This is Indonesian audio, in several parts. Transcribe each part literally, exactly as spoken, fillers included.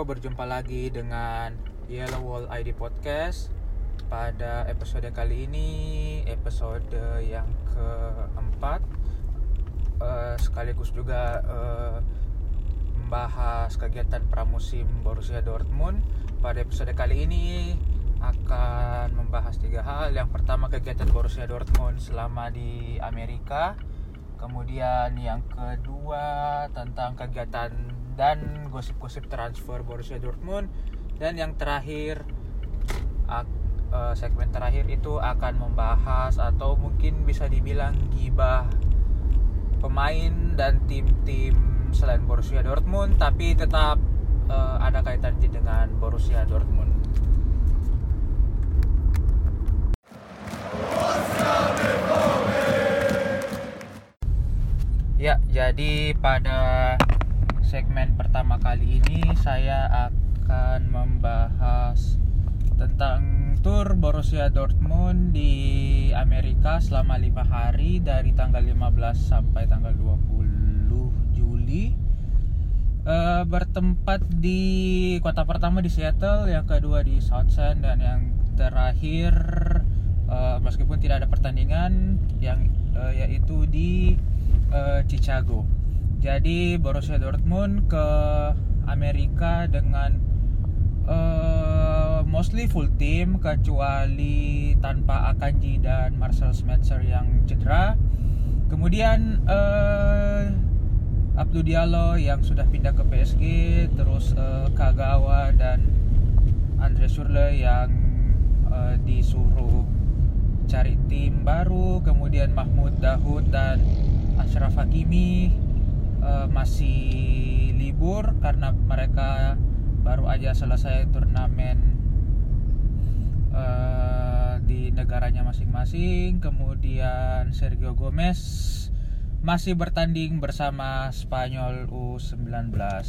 berjumpa lagi dengan Yellow Wall I D Podcast. Pada episode kali ini, episode yang keempat, uh, sekaligus juga uh, membahas kegiatan pramusim Borussia Dortmund. Pada episode kali ini akan membahas tiga hal. Yang pertama, kegiatan Borussia Dortmund selama di Amerika. Kemudian yang kedua tentang kegiatan dan gosip-gosip transfer Borussia Dortmund. Dan yang terakhir, segmen terakhir itu akan membahas atau mungkin bisa dibilang gibah pemain dan tim-tim selain Borussia Dortmund, tapi tetap uh, ada kaitannya dengan Borussia Dortmund. Ya, jadi pada segmen pertama kali ini saya akan membahas tentang tur Borussia Dortmund di Amerika selama lima hari dari tanggal lima belas sampai tanggal dua puluh Juli. Uh, bertempat di kota pertama di Seattle, yang kedua di South End, dan yang terakhir uh, meskipun tidak ada pertandingan yang uh, yaitu di uh, Chicago. Jadi Borussia Dortmund ke Amerika dengan uh, mostly full team, kecuali tanpa Akanji dan Marcel Schmetzer yang cedera. Kemudian uh, Abdou Diallo yang sudah pindah ke P S G, terus uh, Kagawa dan Andre Schürrle yang uh, disuruh cari tim baru. Kemudian Mahmoud Dahoud dan Achraf Hakimi uh, masih libur karena mereka baru aja selesai turnamen uh, di negaranya masing-masing. Kemudian Sergio Gomez masih bertanding bersama Spanyol U sembilan belas.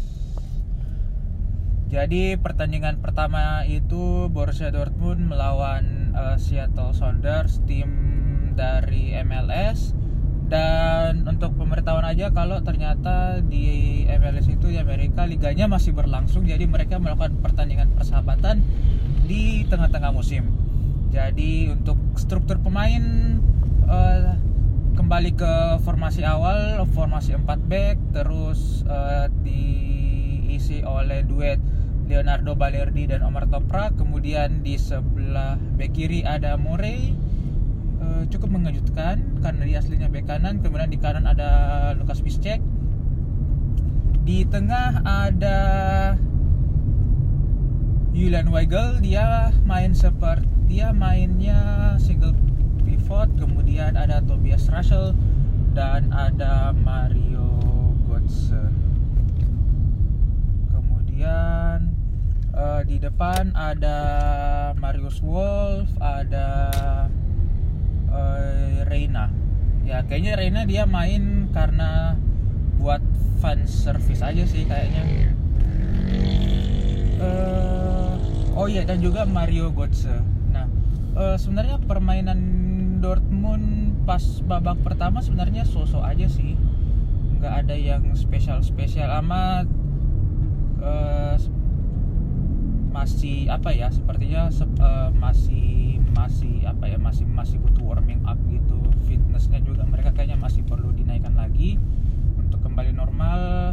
Jadi pertandingan pertama itu Borussia Dortmund melawan uh, Seattle Sounders, tim dari M L S. Dan untuk pemberitahuan aja, kalau ternyata di M L S itu di Amerika liganya masih berlangsung, jadi mereka melakukan pertandingan persahabatan di tengah-tengah musim. Jadi untuk struktur pemain uh, kembali ke formasi awal, formasi empat back, terus uh, diisi oleh duet Leonardo Balerdi dan Omar Toprak. Kemudian di sebelah back kiri ada Morey, uh, cukup mengejutkan karena dia aslinya back kanan. Kemudian di kanan ada Lukas Piszczek. Di tengah ada Julian Weigl, dia main seperti dia mainnya single pivot. Kemudian ada Tobias Russell dan ada Mario Götze. Kemudian uh, di depan ada Marius Wolf, ada uh, Reina. Ya kayaknya Reina dia main karena buat fan service aja sih kayaknya. Uh, oh iya, dan juga Mario Götze. Nah, uh, sebenarnya permainan Dortmund pas babak pertama sebenarnya so-so aja sih, nggak ada yang spesial-spesial amat. Uh, masih apa ya, sepertinya uh, masih masih apa ya masih masih butuh warming up gitu. Fitnessnya juga mereka kayaknya masih perlu dinaikkan lagi untuk kembali normal.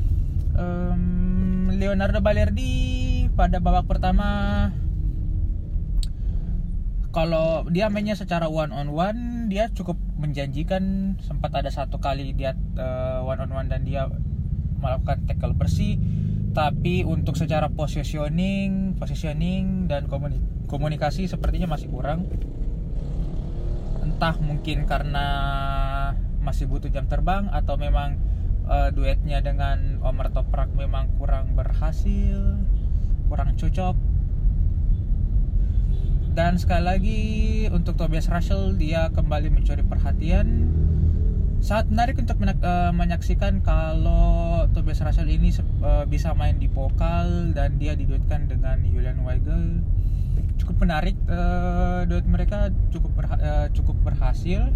um, Leonardo Balerdi pada babak pertama, kalau dia mainnya secara one on one, dia cukup menjanjikan. Sempat ada satu kali dia uh, one on one dan dia melakukan tackle bersih. Tapi untuk secara positioning, positioning dan komunikasi sepertinya masih kurang. Entah mungkin karena masih butuh jam terbang, atau memang uh, duetnya dengan Omar Toprak memang kurang berhasil, kurang cocok. Dan sekali lagi untuk Tobias Russell, dia kembali mencuri perhatian. Sangat menarik untuk menak- uh, menyaksikan kalau Tobias Russell ini uh, bisa main di Pokal dan dia diduetkan dengan Julian Weigl. Cukup menarik, uh, duet mereka cukup berha- uh, cukup berhasil.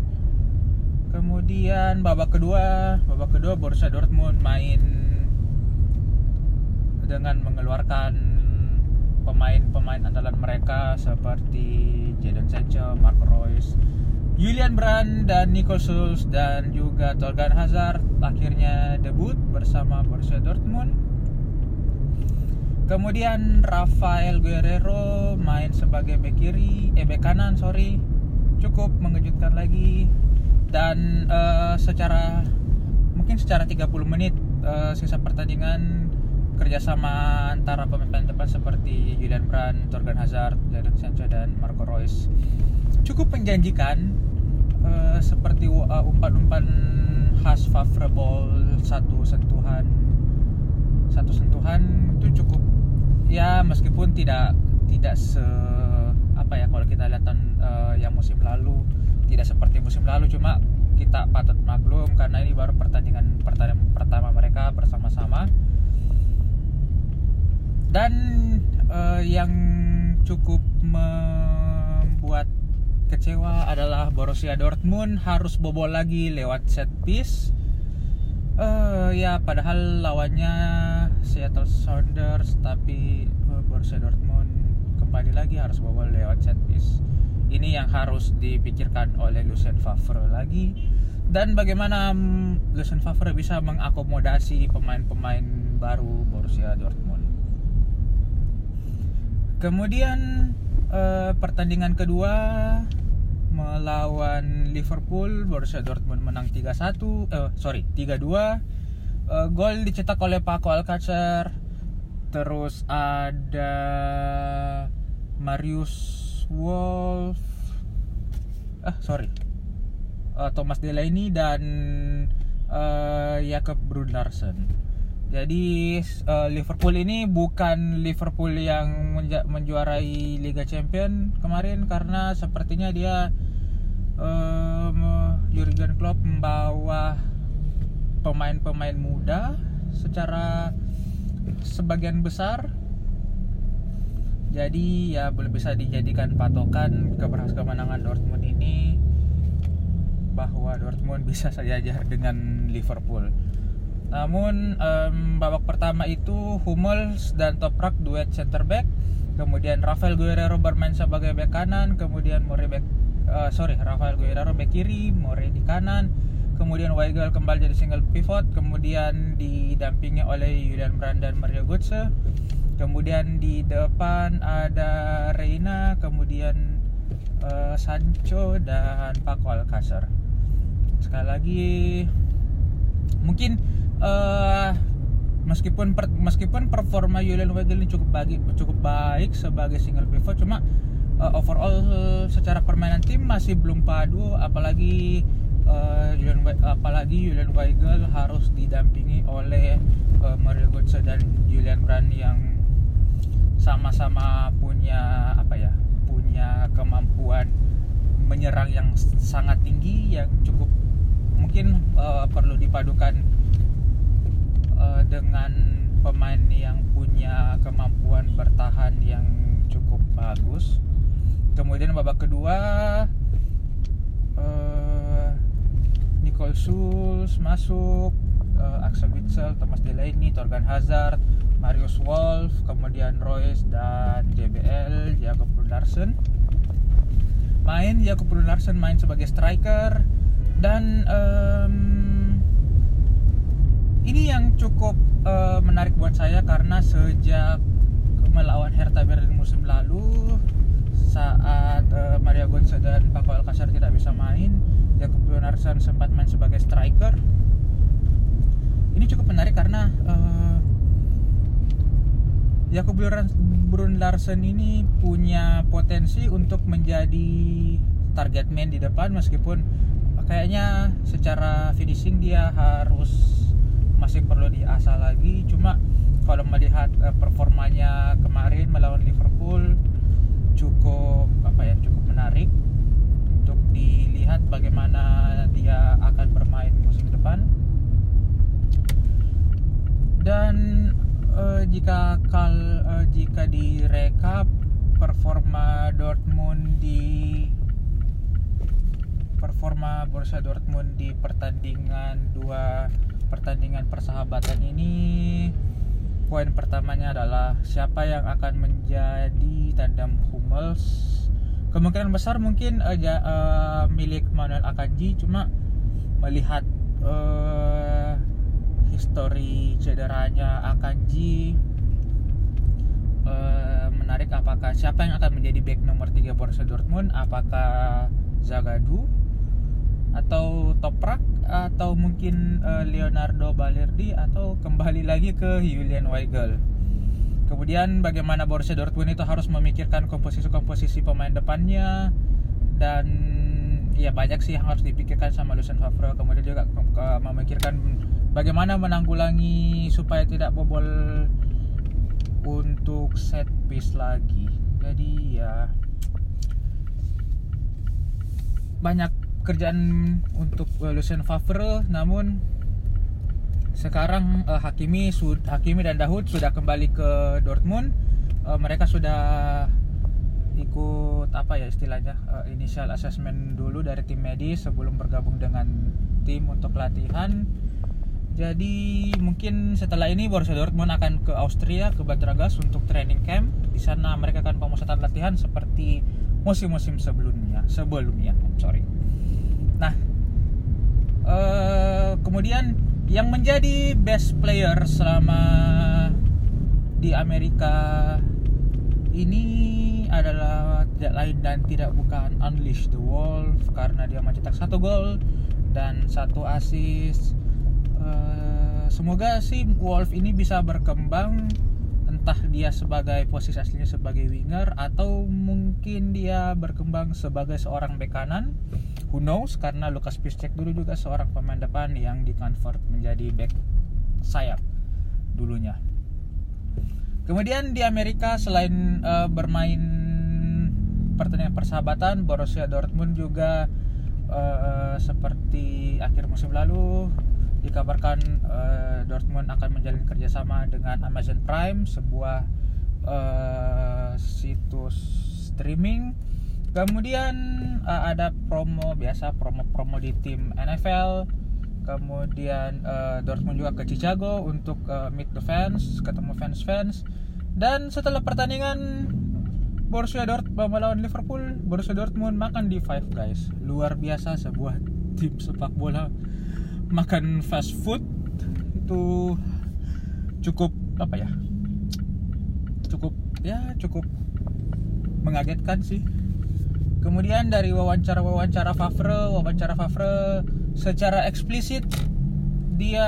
Kemudian babak kedua, babak kedua Borussia Dortmund main dengan mengeluarkan pemain-pemain andalan mereka seperti Jadon Sancho, Marco Reus, Julian Brandt dan Nicole Schulz dan juga Torgan Hazard akhirnya debut bersama Borussia Dortmund. Kemudian Rafael Guerreiro main sebagai bek kiri, eh bek kanan sorry, cukup mengejutkan lagi. Dan uh, secara mungkin secara tiga puluh menit uh, sisa pertandingan kerjasama antara pemain depan seperti Julian Brandt, Torgan Hazard, Jadon Sancho dan Marco Reus cukup menjanjikan, uh, seperti uh, umpan-umpan khas favorable satu sentuhan satu sentuhan itu cukup ya, meskipun tidak tidak se apa ya kalau kita lihat uh, yang musim lalu tidak seperti musim lalu, cuma kita patut maklum karena ini baru pertandingan pertandingan pertama mereka bersama-sama. Dan uh, yang cukup membuat kecewa adalah Borussia Dortmund harus bobol lagi lewat set piece. Uh, ya padahal lawannya Seattle Sounders, tapi uh, Borussia Dortmund kembali lagi harus bobol lewat set piece. Ini yang harus dipikirkan oleh Lucien Favre lagi. Dan bagaimana um, Lucien Favre bisa mengakomodasi pemain-pemain baru Borussia Dortmund. Kemudian uh, pertandingan kedua melawan Liverpool, Borussia Dortmund menang tiga satu, eh sorry tiga dua. Uh, gol dicetak oleh Paco Alcacer. Terus ada Marius Wolf, ah sorry, uh, Thomas Delaney dan uh, Jakob Brun Larsen. Jadi uh, Liverpool ini bukan Liverpool yang menja- menjuarai Liga Champions kemarin, karena sepertinya dia um, Jurgen Klopp membawa pemain-pemain muda secara sebagian besar. Jadi ya belum bisa dijadikan patokan keberhasilan kemenangan Dortmund ini, bahwa Dortmund bisa sejajar dengan Liverpool. Namun um, babak pertama itu Hummels dan Toprak duet center back, kemudian Rafael Guerreiro bermain sebagai bek kanan, kemudian More back uh, sorry Rafael Guerreiro bek kiri, More di kanan, kemudian Weigl kembali jadi single pivot, kemudian didampingi oleh Julian Brandt dan Mario Götze. Kemudian di depan ada Reina, kemudian uh, Sancho dan Paco Alcacer. Sekali lagi mungkin uh, meskipun per, meskipun performa Julian Weigl ini cukup bagi, cukup baik sebagai single pivot, cuma uh, overall secara permainan tim masih belum padu, apalagi uh, Julian apalagi Julian Weigl harus didampingi oleh uh, Mario Götze dan Julian Brandt yang sama-sama punya apa ya punya kemampuan menyerang yang sangat tinggi, yang cukup mungkin uh, perlu dipadukan uh, dengan pemain yang punya kemampuan bertahan yang cukup bagus. Kemudian babak kedua uh, Nicole Schulz masuk, uh, Axel Witsel, Thomas Delaney, Torgan Hazard, Marius Wolf, kemudian Reus dan J B L Jakob Brun Larsen main. Jakob Brun Larsen main sebagai striker. Dan um, ini yang cukup uh, menarik buat saya, karena sejak melawan Hertha Berlin musim lalu, saat uh, Mario Götze dan Paco Alcacer tidak bisa main, Jakob Brun Larsen sempat main sebagai striker. Ini cukup menarik karena uh, Jakob Brun Larsen ini punya potensi untuk menjadi target man di depan, meskipun kayaknya secara finishing dia harus masih perlu diasah lagi. Cuma kalau melihat uh, performanya kemarin melawan Liverpool cukup apa ya cukup menarik untuk dilihat bagaimana dia akan bermain musim depan. Dan uh, jika kal uh, jika direkap performa Dortmund di performa Borussia Dortmund di pertandingan dua pertandingan persahabatan ini, poin pertamanya adalah siapa yang akan menjadi tandem Hummels. Kemungkinan besar mungkin uh, ja, uh, milik Manuel Akanji, cuma melihat uh, histori cederanya Akanji, uh, menarik apakah siapa yang akan menjadi back nomor tiga Borussia Dortmund, apakah Zagadou atau Toprak atau mungkin uh, Leonardo Balerdi atau kembali lagi ke Julian Weigl. Kemudian bagaimana Borussia Dortmund itu harus memikirkan komposisi-komposisi pemain depannya, dan ya banyak sih yang harus dipikirkan sama Lucien Favre. Kemudian juga ke- memikirkan bagaimana menanggulangi supaya tidak bobol untuk set piece lagi. Jadi ya banyak kerjaan untuk uh, Lucien Favre. Namun sekarang uh, Hakimi sud, Hakimi dan Dahoud sudah kembali ke Dortmund. Uh, mereka sudah ikut apa ya istilahnya uh, initial assessment dulu dari tim medis sebelum bergabung dengan tim untuk latihan. Jadi mungkin setelah ini Borussia Dortmund akan ke Austria, ke Bad Ragaz untuk training camp. Di sana mereka akan pemusatan latihan seperti musim-musim sebelumnya. Sebelumnya, sorry. Nah, uh, kemudian yang menjadi best player selama di Amerika ini adalah tidak lain dan tidak bukan Unleash the Wolf, karena dia mencetak satu gol dan satu assist. Uh, semoga sih Wolf ini bisa berkembang, entah dia sebagai posisi aslinya sebagai winger atau mungkin dia berkembang sebagai seorang bek kanan. Who knows, karena Lukas Piszczek dulu juga seorang pemain depan yang dikonvert menjadi back sayap dulunya. Kemudian di Amerika selain uh, bermain pertandingan persahabatan, Borussia Dortmund juga uh, seperti akhir musim lalu dikabarkan uh, Dortmund akan menjalin kerjasama dengan Amazon Prime, sebuah uh, situs streaming. Kemudian uh, ada promo biasa, promo-promo di tim N F L. Kemudian uh, Dortmund juga ke Chicago untuk uh, meet the fans, ketemu fans-fans. Dan setelah pertandingan Borussia Dortmund melawan Liverpool, Borussia Dortmund makan di Five Guys. Luar biasa, sebuah tim sepak bola makan fast food itu cukup apa ya? Cukup ya cukup mengagetkan sih. Kemudian dari wawancara-wawancara Favre, wawancara Favre secara eksplisit dia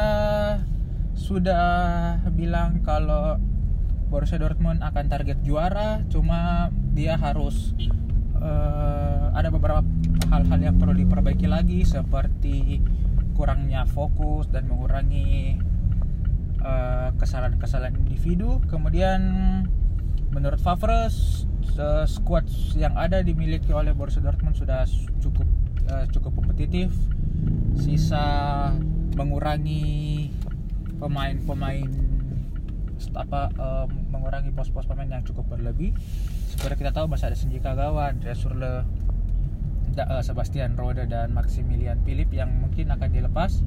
sudah bilang kalau Borussia Dortmund akan target juara, cuma dia harus uh, ada beberapa hal-hal yang perlu diperbaiki lagi, seperti kurangnya fokus dan mengurangi uh, kesalahan-kesalahan individu. Kemudian menurut Favre, Uh, squad yang ada dimiliki oleh Borussia Dortmund sudah cukup uh, cukup kompetitif. Sisa mengurangi pemain-pemain apa uh, mengurangi pos-pos pemain yang cukup berlebih. Seperti kita tahu masih ada Shinji Kagawa, Andreas Schürrle, uh, Sebastian Rode dan Maximilian Philipp yang mungkin akan dilepas.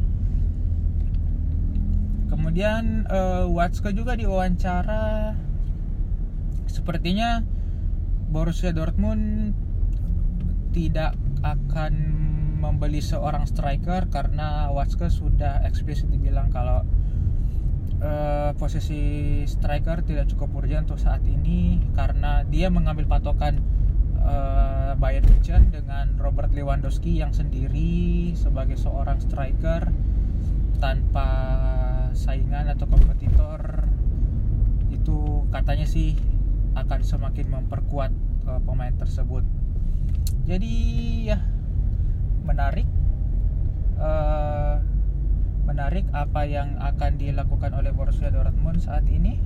Kemudian uh, Watzke juga diwawancara, sepertinya Borussia Dortmund tidak akan membeli seorang striker karena Watzke sudah eksplisit dibilang kalau uh, posisi striker tidak cukup urgent untuk saat ini, karena dia mengambil patokan uh, Bayern Munchen dengan Robert Lewandowski yang sendiri sebagai seorang striker tanpa saingan atau kompetitor. Itu katanya sih akan semakin memperkuat uh, pemain tersebut. Jadi ya menarik uh, menarik apa yang akan dilakukan oleh Borussia Dortmund saat ini.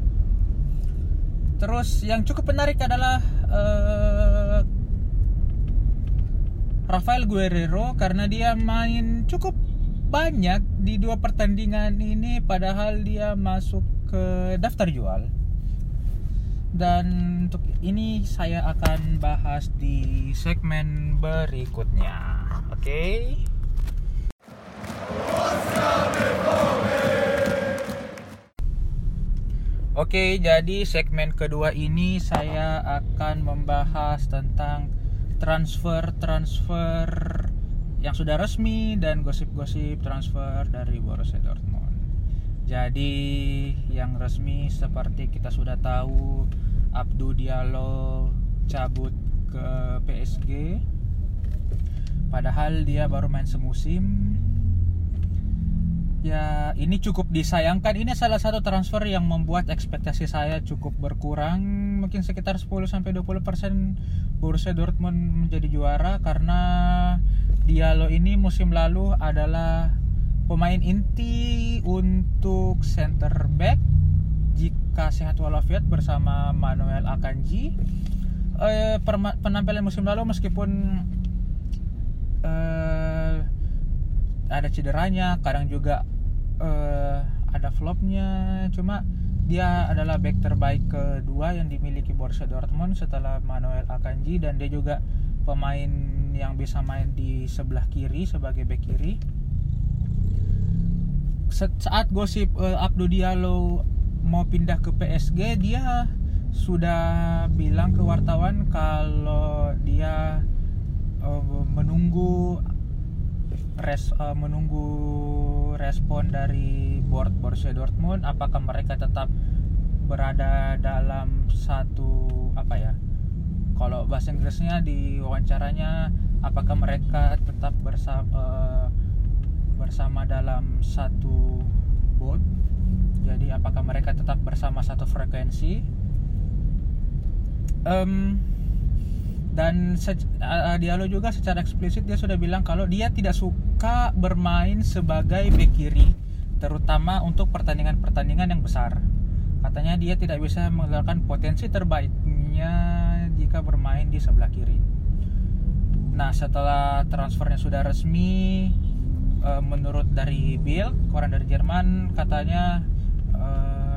Terus yang cukup menarik adalah uh, Rafael Guerreiro, karena dia main cukup banyak di dua pertandingan ini padahal dia masuk ke daftar jual. Dan untuk ini saya akan bahas di segmen berikutnya. Oke. Okay? Oke, jadi segmen kedua ini saya akan membahas tentang transfer-transfer yang sudah resmi dan gosip-gosip transfer dari Borussia Dortmund. Jadi yang resmi seperti kita sudah tahu, Abdou Diallo cabut ke P S G. Padahal dia baru main semusim. Ya, ini cukup disayangkan. Ini salah satu transfer yang membuat ekspektasi saya cukup berkurang. Mungkin sekitar sepuluh sampai dua puluh persen Borussia Dortmund menjadi juara, karena Diallo ini musim lalu adalah pemain inti untuk center back jika sehat walafiat bersama Manuel Akanji. Eh, penampilan musim lalu meskipun eh, ada cederanya, kadang juga uh, ada flopnya, cuma dia adalah back terbaik kedua yang dimiliki Borussia Dortmund setelah Manuel Akanji, dan dia juga pemain yang bisa main di sebelah kiri sebagai back kiri. Saat gosip uh, Abdou Diallo mau pindah ke P S G, dia sudah bilang ke wartawan kalau dia uh, menunggu Res, uh, menunggu respon dari board Borussia Dortmund, apakah mereka tetap berada dalam satu apa ya, kalau bahasa Inggrisnya di wawancaranya, apakah mereka tetap bersama uh, bersama dalam satu board, jadi apakah mereka tetap bersama satu frekuensi. um, Dan uh, Diallo juga secara eksplisit dia sudah bilang kalau dia tidak suka bermain sebagai bek kiri, terutama untuk pertandingan-pertandingan yang besar. Katanya dia tidak bisa mengeluarkan potensi terbaiknya jika bermain di sebelah kiri. Nah, setelah transfernya sudah resmi, uh, menurut dari Bild, koran dari Jerman, katanya uh,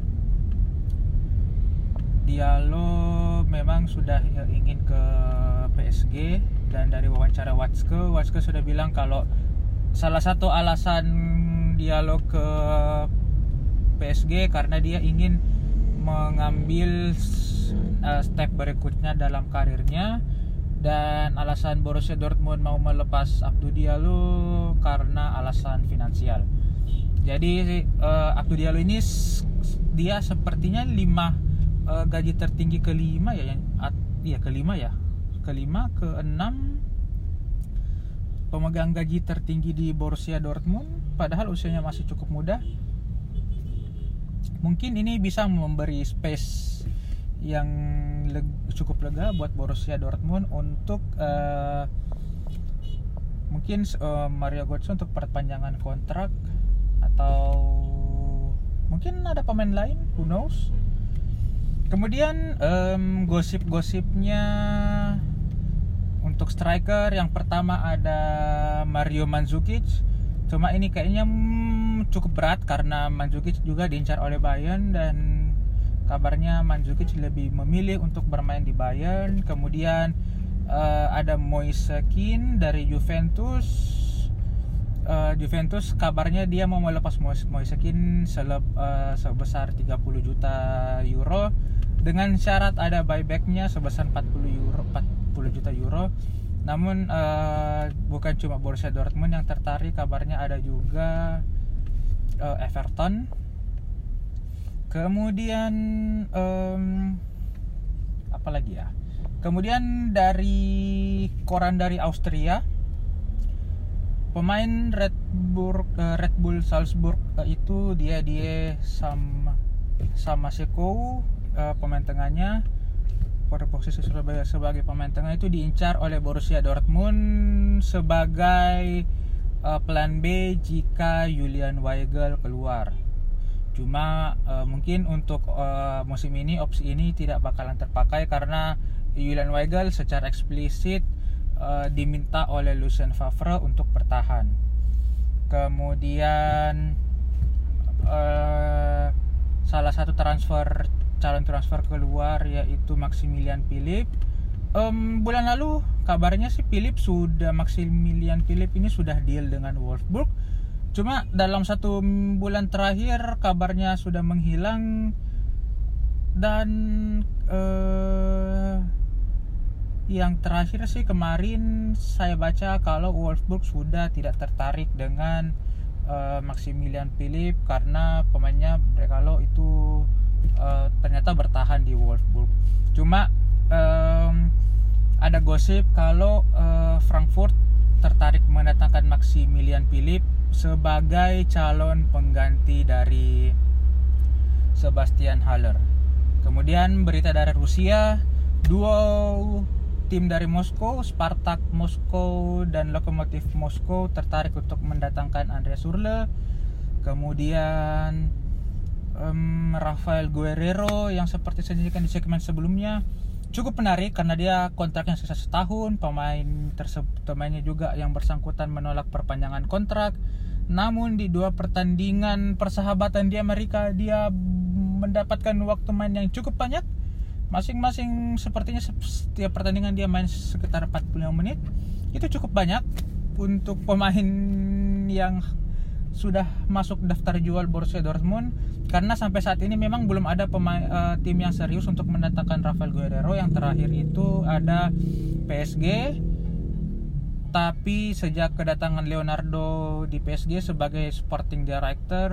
Diallo memang sudah ingin ke P S G, dan dari wawancara Watzke, Watzke sudah bilang kalau salah satu alasan Diallo ke P S G karena dia ingin mengambil uh, step berikutnya dalam karirnya, dan alasan Borussia Dortmund mau melepas Abdou Diallo karena alasan finansial. Jadi uh, Abdou Diallo ini dia sepertinya lima Uh, gaji tertinggi kelima ya, yang at, ya kelima ya, kelima ke enam pemegang gaji tertinggi di Borussia Dortmund, padahal usianya masih cukup muda. Mungkin ini bisa memberi space yang leg- cukup lega buat Borussia Dortmund untuk uh, mungkin uh, Mario Götze untuk perpanjangan kontrak, atau mungkin ada pemain lain, who knows. Kemudian um, gosip-gosipnya untuk striker, yang pertama ada Mario Mandzukic. Cuma ini kayaknya hmm, cukup berat karena Mandzukic juga diincar oleh Bayern, dan kabarnya Mandzukic lebih memilih untuk bermain di Bayern. Kemudian uh, ada Moise Kean dari Juventus. Uh, Juventus kabarnya dia mau melepas Moise Kean seleb, uh, sebesar tiga puluh juta euro, dengan syarat ada buybacknya sebesar empat puluh juta euro. Namun uh, bukan cuma Borussia Dortmund yang tertarik, kabarnya ada juga uh, Everton. Kemudian um, apa lagi ya? Kemudian dari koran dari Austria, pemain Red Bull uh, Red Bull Salzburg uh, itu dia dia sama sama Seko, uh, pemain tengahnya, pada posisi sebagai sebagai pemain tengah itu diincar oleh Borussia Dortmund sebagai uh, plan B jika Julian Weigl keluar. Cuma uh, mungkin untuk uh, musim ini opsi ini tidak bakalan terpakai karena Julian Weigl secara eksplisit uh, diminta oleh Lucien Favre untuk bertahan. Kemudian uh, salah satu transfer calon transfer keluar yaitu Maximilian Philipp. Um, bulan lalu kabarnya sih Philipp sudah Maximilian Philipp ini sudah deal dengan Wolfsburg. Cuma dalam satu bulan terakhir kabarnya sudah menghilang. Dan uh, yang terakhir sih kemarin saya baca kalau Wolfsburg sudah tidak tertarik dengan uh, Maximilian Philipp karena pemainnya Brekalo itu uh, ternyata bertahan di Wolfsburg. Cuma um, ada gosip kalau uh, Frankfurt tertarik mendatangkan Maximilian Philipp sebagai calon pengganti dari Sebastian Haller. Kemudian berita dari Rusia, duo tim dari Moskow, Spartak Moskow dan Lokomotiv Moskow tertarik untuk mendatangkan Andreas Schürrle. Kemudian um, Rafael Guerreiro yang seperti saya janjikan di segmen sebelumnya cukup menarik karena dia kontraknya sisa setahun. Pemain tersebut, pemainnya juga yang bersangkutan menolak perpanjangan kontrak. Namun di dua pertandingan persahabatan di Amerika dia mendapatkan waktu main yang cukup banyak. Masing-masing sepertinya setiap pertandingan dia main sekitar empat puluh lima menit. Itu cukup banyak untuk pemain yang sudah masuk daftar jual Borussia Dortmund, karena sampai saat ini memang belum ada pemain uh, tim yang serius untuk mendatangkan Rafael Guerreiro. Yang terakhir itu ada P S G. Tapi sejak kedatangan Leonardo di P S G sebagai sporting director,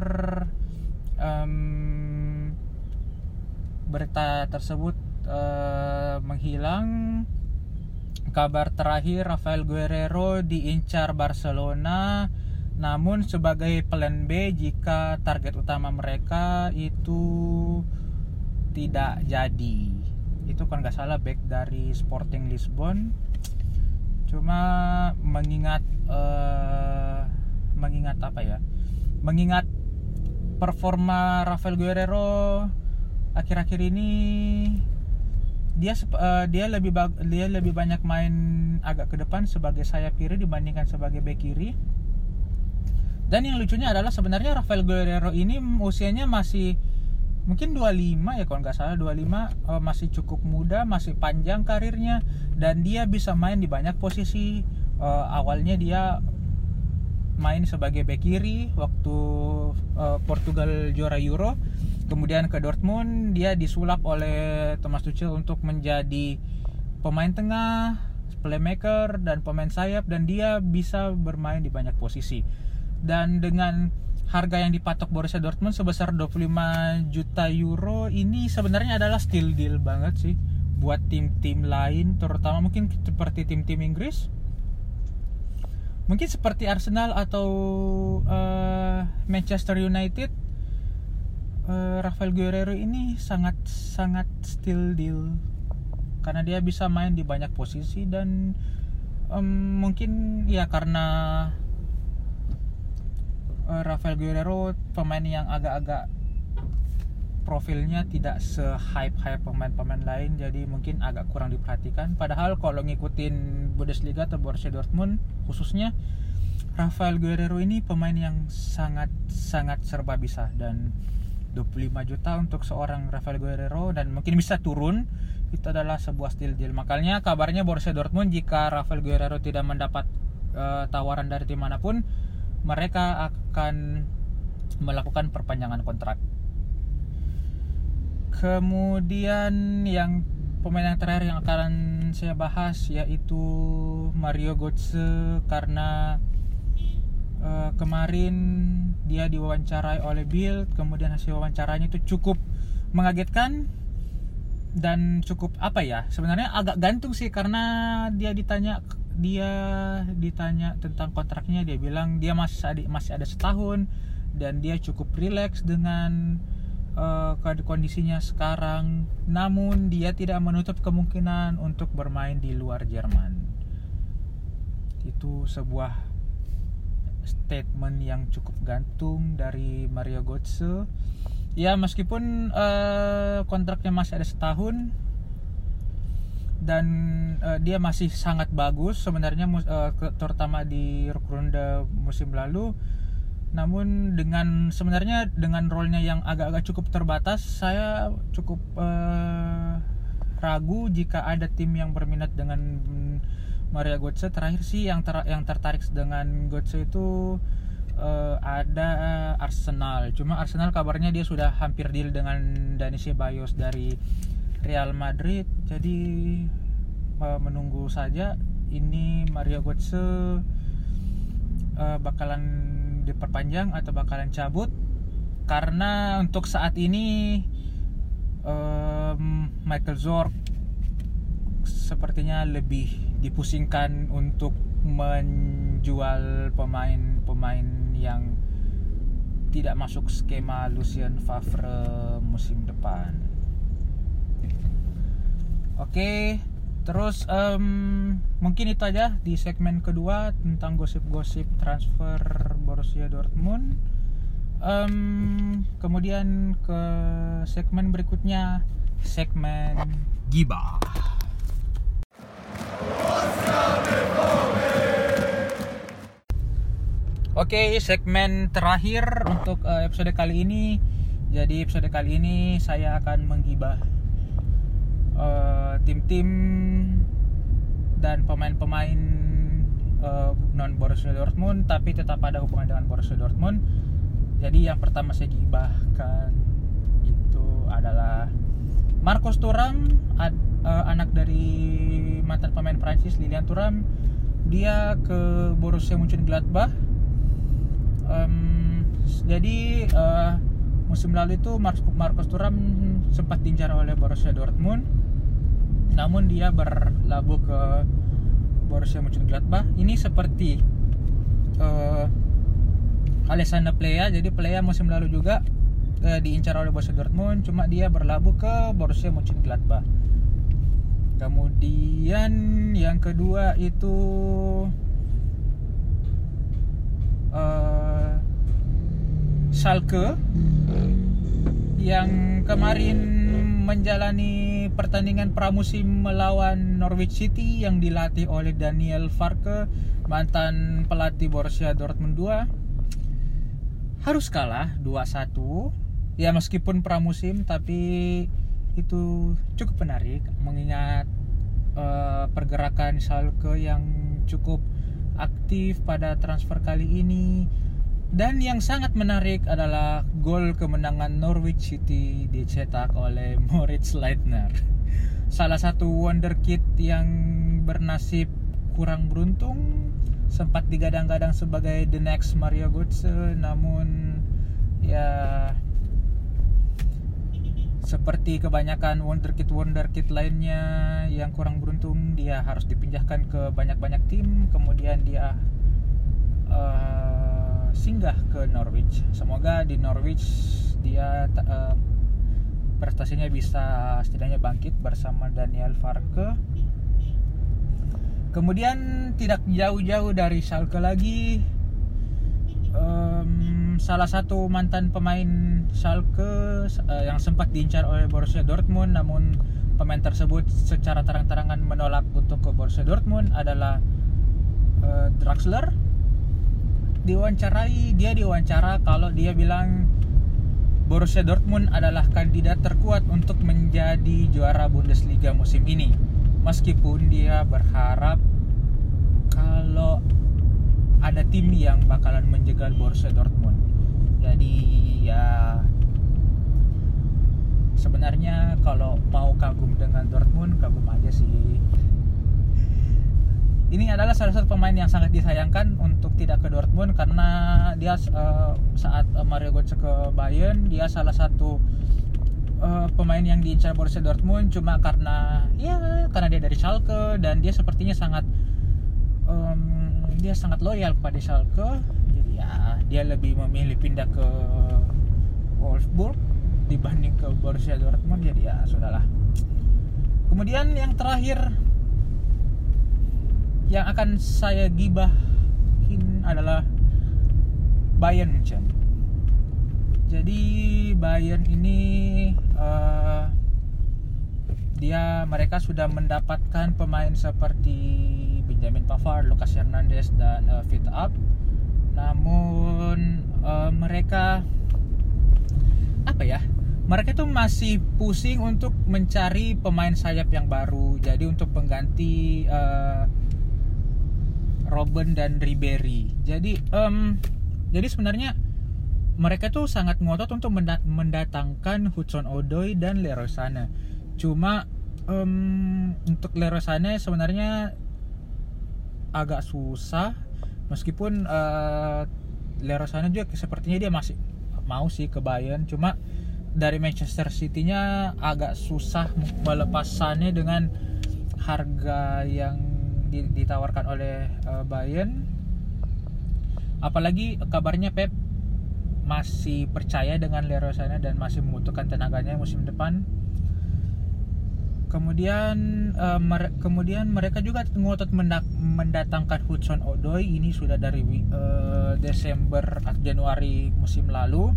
um, berita tersebut uh, menghilang. Kabar terakhir Rafael Guerreiro diincar Barcelona, namun sebagai plan B jika target utama mereka itu tidak jadi. Itu kan nggak salah back dari Sporting Lisbon. Cuma mengingat uh, mengingat apa ya? Mengingat performa Rafael Guerreiro akhir-akhir ini, dia uh, dia lebih bag, dia lebih banyak main agak ke depan sebagai sayap kiri dibandingkan sebagai bek kiri. Dan yang lucunya adalah sebenarnya Rafael Guerreiro ini usianya masih mungkin dua puluh lima ya kalau nggak salah, dua puluh lima, uh, masih cukup muda, masih panjang karirnya dan dia bisa main di banyak posisi. Uh, awalnya dia main sebagai bek kiri waktu uh, Portugal juara Euro. Kemudian ke Dortmund dia disulap oleh Thomas Tuchel untuk menjadi pemain tengah, playmaker dan pemain sayap, dan dia bisa bermain di banyak posisi. Dan dengan harga yang dipatok Borussia Dortmund sebesar dua puluh lima juta euro ini sebenarnya adalah steal deal banget sih buat tim-tim lain, terutama mungkin seperti tim-tim Inggris. Mungkin seperti Arsenal atau uh, Manchester United. Uh, Rafael Guerreiro ini sangat sangat steal deal karena dia bisa main di banyak posisi dan um, mungkin ya karena uh, Rafael Guerreiro pemain yang agak-agak profilnya tidak se-hype-hype pemain-pemain lain, jadi mungkin agak kurang diperhatikan. Padahal kalau ngikutin Bundesliga atau Borussia Dortmund khususnya, Rafael Guerreiro ini pemain yang sangat sangat serba bisa, dan dua puluh lima juta untuk seorang Rafael Guerreiro dan mungkin bisa turun, itu adalah sebuah steal deal. Makanya kabarnya Borussia Dortmund jika Rafael Guerreiro tidak mendapat uh, tawaran dari tim manapun, mereka akan melakukan perpanjangan kontrak. Kemudian yang pemain yang terakhir yang akan saya bahas yaitu Mario Götze, karena Uh, kemarin dia diwawancarai oleh Bild, kemudian hasil wawancaranya itu cukup mengagetkan dan cukup apa ya, sebenarnya agak gantung sih, karena dia ditanya dia ditanya tentang kontraknya, dia bilang dia masih ada, masih ada setahun dan dia cukup rileks dengan uh, kondisinya sekarang, namun dia tidak menutup kemungkinan untuk bermain di luar Jerman. Itu sebuah statement yang cukup gantung dari Mario Götze. Ya meskipun uh, kontraknya masih ada setahun dan uh, dia masih sangat bagus sebenarnya, uh, terutama di Rückrunde musim lalu. Namun dengan sebenarnya dengan role-nya yang agak-agak cukup terbatas, saya cukup uh, ragu jika ada tim yang berminat dengan Mario Götze. Terakhir sih yang ter, yang tertarik dengan Götze itu uh, ada Arsenal. Cuma Arsenal kabarnya dia sudah hampir deal dengan Dani Ceballos dari Real Madrid. Jadi uh, menunggu saja ini Mario Götze uh, bakalan diperpanjang atau bakalan cabut. Karena untuk saat ini um, Michael Zorc sepertinya lebih dipusingkan untuk menjual pemain-pemain yang tidak masuk skema Lucien Favre musim depan. Oke, terus um, mungkin itu aja di segmen kedua tentang gosip-gosip transfer Borussia Dortmund. Um, kemudian ke segmen berikutnya, segmen Gibah. Oke, segmen terakhir untuk uh, episode kali ini. Jadi episode kali ini saya akan menggibah uh, tim-tim dan pemain-pemain uh, non Borussia Dortmund, tapi tetap ada hubungan dengan Borussia Dortmund. Jadi yang pertama saya gibahkan itu adalah Marcus Thuram, ad, uh, anak dari mantan pemain Prancis Lilian Thuram. Dia ke Borussia Mönchengladbach. Um, jadi uh, musim lalu itu Marcus Thuram sempat diincar oleh Borussia Dortmund, namun dia berlabuh ke Borussia Mönchengladbach. Ini seperti uh, Alessandro Plea. Jadi Plea musim lalu juga uh, diincar oleh Borussia Dortmund, cuma dia berlabuh ke Borussia Mönchengladbach. Kemudian yang kedua itu uh, Schalke yang kemarin menjalani pertandingan pramusim melawan Norwich City yang dilatih oleh Daniel Farke, mantan pelatih Borussia Dortmund dua. Harus kalah dua satu. Ya meskipun pramusim, tapi itu cukup menarik mengingat uh, pergerakan Schalke yang cukup aktif pada transfer kali ini. Dan yang sangat menarik adalah gol kemenangan Norwich City dicetak oleh Moritz Leitner, salah satu wonderkid yang bernasib kurang beruntung, sempat digadang-gadang sebagai the next Mario Götze, namun ya seperti kebanyakan wonderkid-wonderkid lainnya yang kurang beruntung, dia harus dipindahkan ke banyak-banyak tim, kemudian dia uh, singgah ke Norwich. Semoga di Norwich dia uh, prestasinya bisa setidaknya bangkit bersama Daniel Farke. Kemudian tidak jauh-jauh dari Schalke lagi, um, salah satu mantan pemain Schalke uh, yang sempat diincar oleh Borussia Dortmund, namun pemain tersebut secara terang-terangan menolak untuk ke Borussia Dortmund adalah uh, Draxler. Diwawancarai, dia diwawancara kalau dia bilang Borussia Dortmund adalah kandidat terkuat untuk menjadi juara Bundesliga musim ini, meskipun dia berharap kalau ada tim yang bakalan menjegal Borussia Dortmund. Jadi ya sebenarnya kalau mau kagum dengan Dortmund, kagum aja sih. Ini adalah salah satu pemain yang sangat disayangkan untuk tidak ke Dortmund, karena dia uh, saat uh, Mario Götze ke Bayern, dia salah satu uh, pemain yang diincar Borussia Dortmund, cuma karena ya karena dia dari Schalke dan dia sepertinya sangat um, dia sangat loyal kepada Schalke. Jadi ya dia lebih memilih pindah ke Wolfsburg dibanding ke Borussia Dortmund. Jadi ya sudahlah. Kemudian yang terakhir yang akan saya gibahin adalah Bayern Munchen. Jadi Bayern ini uh, dia mereka sudah mendapatkan pemain seperti Benjamin Pavard, Lucas Hernandez dan uh, Fit Up. Namun uh, mereka apa ya? Mereka tuh masih pusing untuk mencari pemain sayap yang baru. Jadi untuk pengganti uh, Robben dan Ribéry. Jadi um, Jadi sebenarnya mereka tuh sangat ngotot untuk mendatangkan Hudson Odoi dan Leroy Sané. Cuma um, untuk Leroy Sané sebenarnya agak susah, meskipun uh, Leroy Sané juga sepertinya dia masih mau sih ke Bayern. Cuma dari Manchester City-nya agak susah melepas Sané dengan harga yang ditawarkan oleh uh, Bayern. Apalagi kabarnya Pep masih percaya dengan Leroy Sané dan masih membutuhkan tenaganya musim depan. Kemudian uh, mer- kemudian mereka juga ngotot mendak- mendatangkan Hudson Odoi. Ini sudah dari uh, Desember atau Januari musim lalu.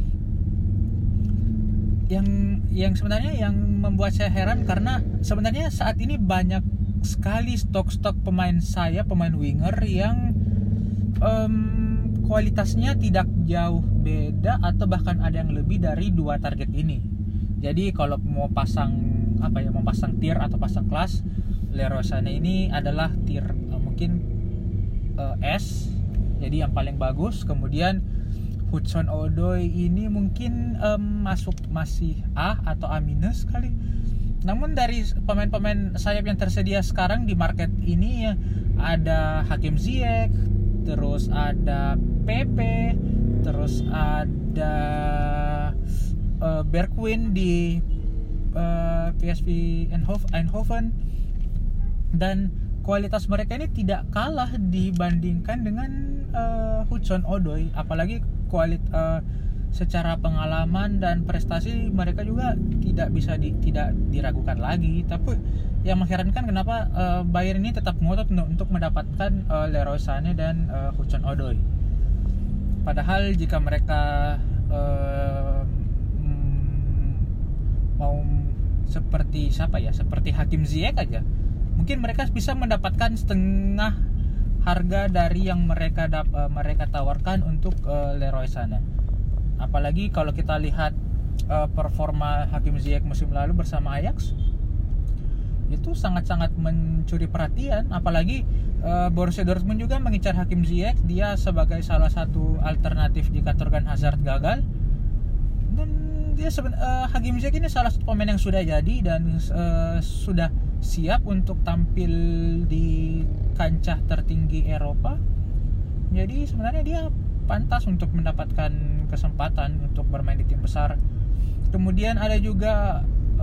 Yang yang sebenarnya yang membuat saya heran karena sebenarnya saat ini banyak sekali stok-stok pemain sayap, pemain winger yang um, kualitasnya tidak jauh beda atau bahkan ada yang lebih dari dua target ini. Jadi kalau mau pasang apa ya, mau pasang tier atau pasang kelas, Leroy Sané ini adalah tier uh, mungkin uh, S, jadi yang paling bagus. Kemudian Hudson Odoi ini mungkin um, masuk masih A atau A minus kali. Namun dari pemain-pemain sayap yang tersedia sekarang di market ini ya, ada Hakim Ziyech, terus ada Pepe, terus ada uh, Bergwijn di uh, P S V Eindhoven, dan kualitas mereka ini tidak kalah dibandingkan dengan uh, Hudson Odoi. Apalagi kualit uh, secara pengalaman dan prestasi mereka juga tidak bisa di, tidak diragukan lagi. Tapi yang mengherankan kenapa uh, Bayern ini tetap ngotot untuk, untuk mendapatkan uh, Leroy Sané dan uh, Hudson Odoi. Padahal jika mereka uh, mm, mau seperti siapa ya, seperti Hakim Ziyech aja, mungkin mereka bisa mendapatkan setengah harga dari yang mereka dap, uh, mereka tawarkan untuk uh, Leroy Sané. Apalagi kalau kita lihat uh, performa Hakim Ziyech musim lalu bersama Ajax, itu sangat-sangat mencuri perhatian. Apalagi uh, Borussia Dortmund juga mengincar Hakim Ziyech, dia sebagai salah satu alternatif jika Thorgan Hazard gagal. Dan dia seben, uh, Hakim Ziyech ini salah satu pemain yang sudah jadi dan uh, sudah siap untuk tampil di kancah tertinggi Eropa. Jadi sebenarnya dia pantas untuk mendapatkan kesempatan untuk bermain di tim besar. Kemudian ada juga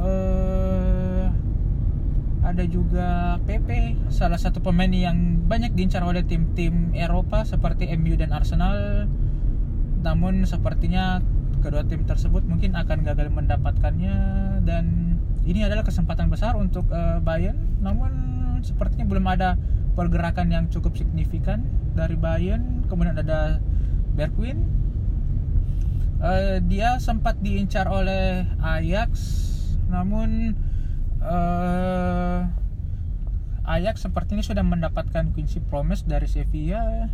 uh, ada juga Pepe, salah satu pemain yang banyak diincar oleh tim-tim Eropa seperti M U dan Arsenal. Namun sepertinya kedua tim tersebut mungkin akan gagal mendapatkannya, dan ini adalah kesempatan besar untuk uh, Bayern. Namun sepertinya belum ada pergerakan yang cukup signifikan dari Bayern. Kemudian ada Bergwijn, uh, dia sempat diincar oleh Ajax, namun uh, Ajax sepertinya sudah mendapatkan Quincy Promes dari Sevilla.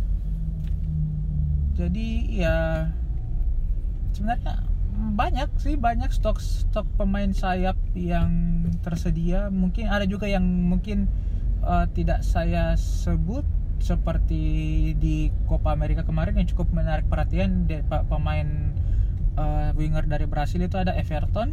Jadi ya sebenarnya banyak sih, banyak stok-stok pemain sayap yang tersedia. Mungkin ada juga yang mungkin uh, tidak saya sebut, seperti di Copa America kemarin yang cukup menarik perhatian. De, pemain uh, winger dari Brasil itu ada Everton.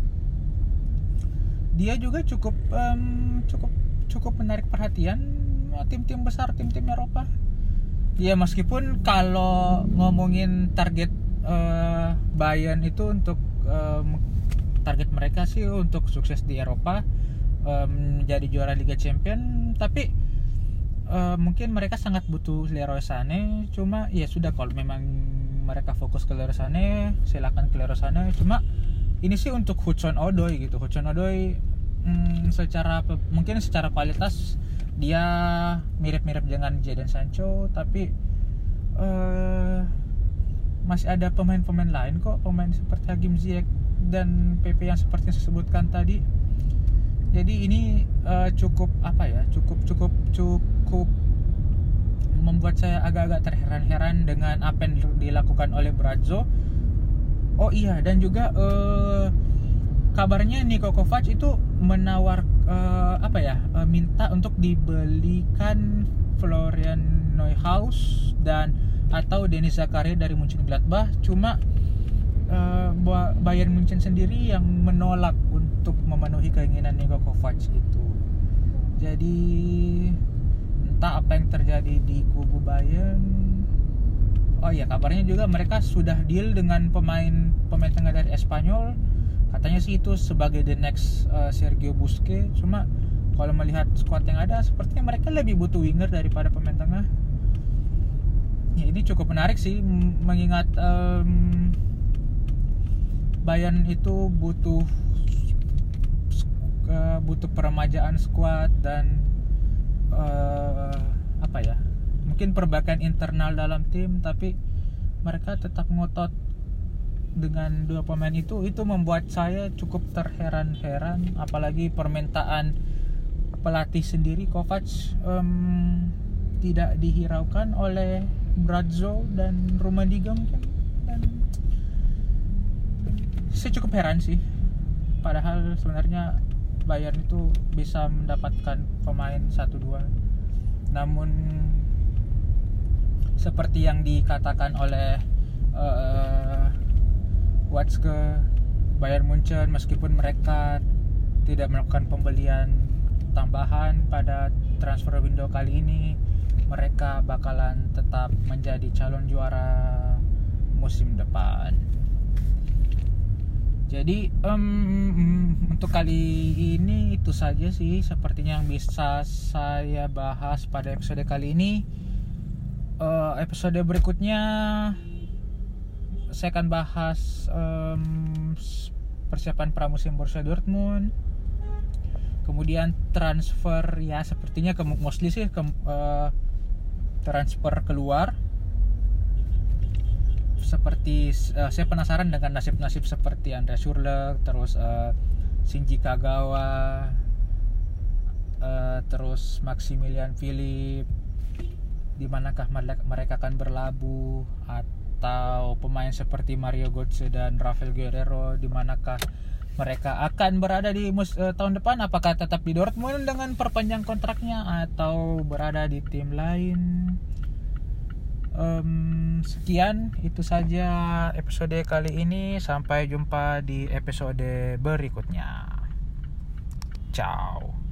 Dia juga cukup um, cukup cukup menarik perhatian tim-tim besar, tim-tim Eropa. Ya meskipun kalau ngomongin target uh, Bayern itu untuk um, target mereka sih untuk sukses di Eropa, menjadi um, juara Liga Champions, tapi Uh, mungkin mereka sangat butuh Leroy Sané. Cuma ya sudah, kalau memang mereka fokus ke Leroy Sané, silakan ke Leroy Sané. Cuma ini sih untuk Hudson Odoi gitu. Hudson Odoi hmm, secara mungkin secara kualitas dia mirip-mirip dengan Jadon Sancho, tapi uh, masih ada pemain-pemain lain kok, pemain seperti Hakim Ziyech dan Pepe yang seperti yang saya sebutkan tadi. Jadi ini uh, cukup apa ya, cukup cukup cukup membuat saya agak-agak terheran-heran dengan apa yang dilakukan oleh Brazzo. Oh iya, dan juga uh, kabarnya Niko Kovac itu menawar uh, apa ya, uh, minta untuk dibelikan Florian Neuhaus dan atau Denis Zakaria dari Mönchengladbach. Cuma uh, Bayern Munchen sendiri yang menolak untuk memenuhi keinginan Niko Kovac itu. Jadi entah apa yang terjadi di kubu Bayern. Oh ya, kabarnya juga mereka sudah deal dengan pemain pemain tengah dari Espanyol. Katanya sih itu sebagai the next uh, Sergio Busquets. Cuma kalau melihat squad yang ada, sepertinya mereka lebih butuh winger daripada pemain tengah. Ya, ini cukup menarik sih, mengingat um, Bayern itu butuh uh, butuh peremajaan squad dan uh, apa ya? Mungkin perbaikan internal dalam tim, tapi mereka tetap ngotot dengan dua pemain itu. Itu membuat saya cukup terheran-heran, apalagi permintaan pelatih sendiri Kovac um, tidak dihiraukan oleh Brazzo dan Rummenigge mungkin. Dan saya cukup heran sih, padahal sebenarnya Bayern itu bisa mendapatkan pemain satu dua, namun seperti yang dikatakan oleh uh, Watzke, Bayern Munchen meskipun mereka tidak melakukan pembelian tambahan pada transfer window kali ini, mereka bakalan tetap menjadi calon juara musim depan. Jadi um, untuk kali ini itu saja sih sepertinya yang bisa saya bahas pada episode kali ini. Uh, episode berikutnya saya akan bahas um, persiapan pramusim Borussia Dortmund. Kemudian transfer, ya sepertinya ke mostly sih ke, uh, transfer keluar. Seperti uh, saya penasaran dengan nasib-nasib seperti Andreas Schürrle, terus uh, Shinji Kagawa, uh, terus Maximilian Philipp. Di manakah mereka akan berlabuh, atau pemain seperti Mario Götze dan Rafael Guerreiro, di manakah mereka akan berada di mus- uh, tahun depan? Apakah tetap di Dortmund dengan perpanjang kontraknya atau berada di tim lain? Um, sekian, itu saja episode kali ini. Sampai jumpa di episode berikutnya. Ciao.